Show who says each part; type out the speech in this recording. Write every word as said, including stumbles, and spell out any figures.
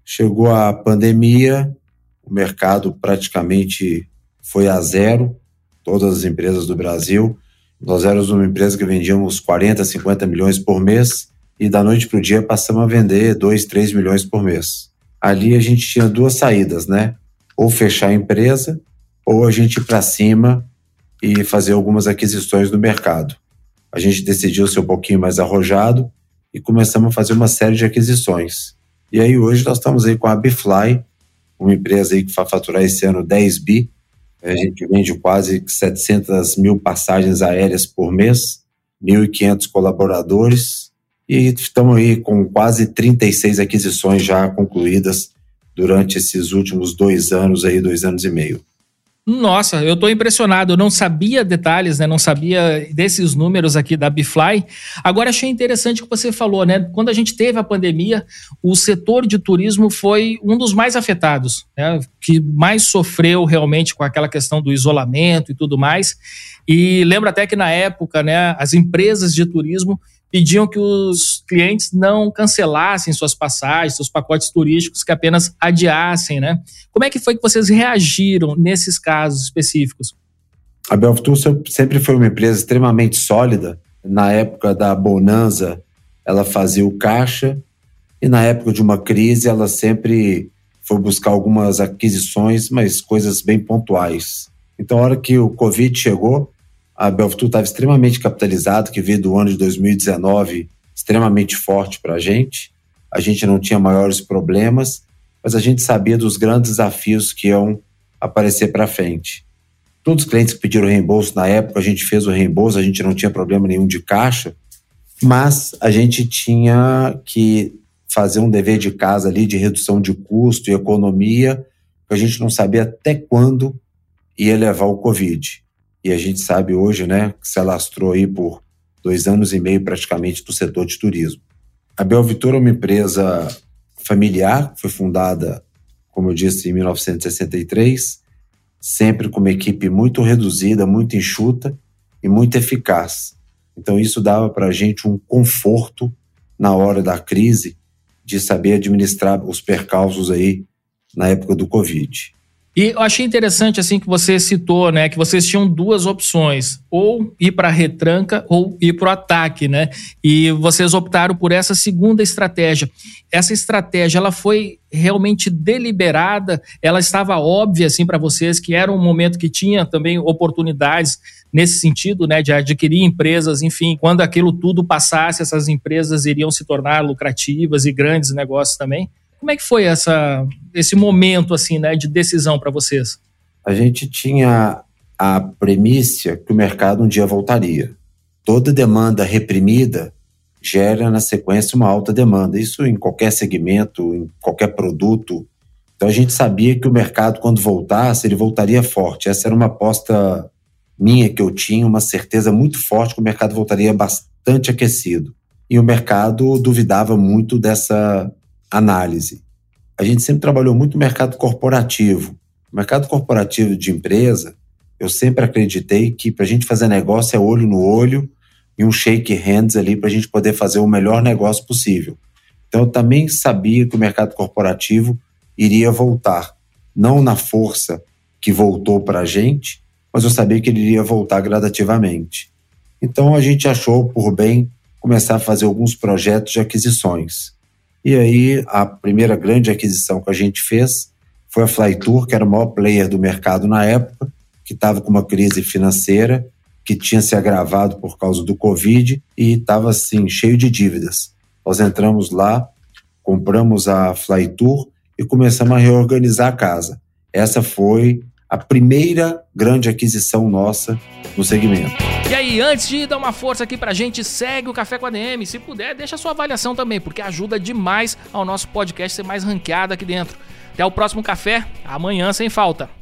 Speaker 1: Chegou a pandemia, o mercado praticamente foi a zero, todas as empresas do Brasil. Nós éramos uma empresa que vendíamos quarenta, cinquenta milhões por mês e da noite para o dia passamos a vender dois, três milhões por mês. Ali a gente tinha duas saídas, né? Ou fechar a empresa ou a gente ir para cima e fazer algumas aquisições no mercado. A gente decidiu ser um pouquinho mais arrojado e começamos a fazer uma série de aquisições. E aí hoje nós estamos aí com a Bfly, uma empresa aí que vai faturar esse ano dez bi. A gente vende quase setecentas mil passagens aéreas por mês, mil e quinhentos colaboradores e estamos aí com quase trinta e seis aquisições já concluídas durante esses últimos dois anos, aí, dois anos e meio.
Speaker 2: Nossa, eu estou impressionado, eu não sabia detalhes, né? Não sabia desses números aqui da Bfly. Agora achei interessante o que você falou, né? Quando a gente teve a pandemia, o setor de turismo foi um dos mais afetados, né? Que mais sofreu realmente com aquela questão do isolamento e tudo mais. E lembro até que na época, né, as empresas de turismo pediam que os clientes não cancelassem suas passagens, seus pacotes turísticos, que apenas adiassem, né? Como é que foi que vocês reagiram nesses casos específicos?
Speaker 1: A Belvitur sempre foi uma empresa extremamente sólida. Na época da bonança, ela fazia o caixa e na época de uma crise, ela sempre foi buscar algumas aquisições, mas coisas bem pontuais. Então, a hora que o Covid chegou, a Belvitur estava extremamente capitalizada, que veio do ano de dois mil e dezenove extremamente forte para a gente. A gente não tinha maiores problemas, mas a gente sabia dos grandes desafios que iam aparecer para frente. Todos os clientes que pediram reembolso na época, a gente fez o reembolso, a gente não tinha problema nenhum de caixa, mas a gente tinha que fazer um dever de casa ali de redução de custo e economia, que a gente não sabia até quando ia levar o Covid. E a gente sabe hoje, né, que se alastrou aí por dois anos e meio praticamente do setor de turismo. A Belvitur é uma empresa familiar, foi fundada, como eu disse, em mil novecentos e sessenta e três, sempre com uma equipe muito reduzida, muito enxuta e muito eficaz. Então isso dava para a gente um conforto na hora da crise de saber administrar os percalços aí na época do Covid.
Speaker 2: E eu achei interessante assim que você citou, né, que vocês tinham duas opções, ou ir para a retranca ou ir para o ataque, né? E vocês optaram por essa segunda estratégia. Essa estratégia, ela foi realmente deliberada? Ela estava óbvia assim para vocês que era um momento que tinha também oportunidades nesse sentido, né, de adquirir empresas, enfim, quando aquilo tudo passasse, essas empresas iriam se tornar lucrativas e grandes negócios também? Como é que foi essa, esse momento assim, né, de decisão para vocês?
Speaker 1: A gente tinha a premissa que o mercado um dia voltaria. Toda demanda reprimida gera na sequência uma alta demanda. Isso em qualquer segmento, em qualquer produto. Então a gente sabia que o mercado, quando voltasse, ele voltaria forte. Essa era uma aposta minha que eu tinha, uma certeza muito forte que o mercado voltaria bastante aquecido. E o mercado duvidava muito dessa análise. A gente sempre trabalhou muito no mercado corporativo. O mercado corporativo de empresa, eu sempre acreditei que para a gente fazer negócio é olho no olho e um shake hands ali para a gente poder fazer o melhor negócio possível. Então eu também sabia que o mercado corporativo iria voltar. Não na força que voltou para a gente, mas eu sabia que ele iria voltar gradativamente. Então a gente achou por bem começar a fazer alguns projetos de aquisições. E aí, a primeira grande aquisição que a gente fez foi a Flytour, que era o maior player do mercado na época, que estava com uma crise financeira, que tinha se agravado por causa do Covid e estava, assim, cheio de dívidas. Nós entramos lá, compramos a Flytour e começamos a reorganizar a casa. Essa foi a primeira grande aquisição nossa no segmento.
Speaker 2: E aí, antes de dar uma força aqui pra gente, segue o Café com a D M. Se puder, deixa a sua avaliação também, porque ajuda demais ao nosso podcast ser mais ranqueado aqui dentro. Até o próximo café, amanhã sem falta.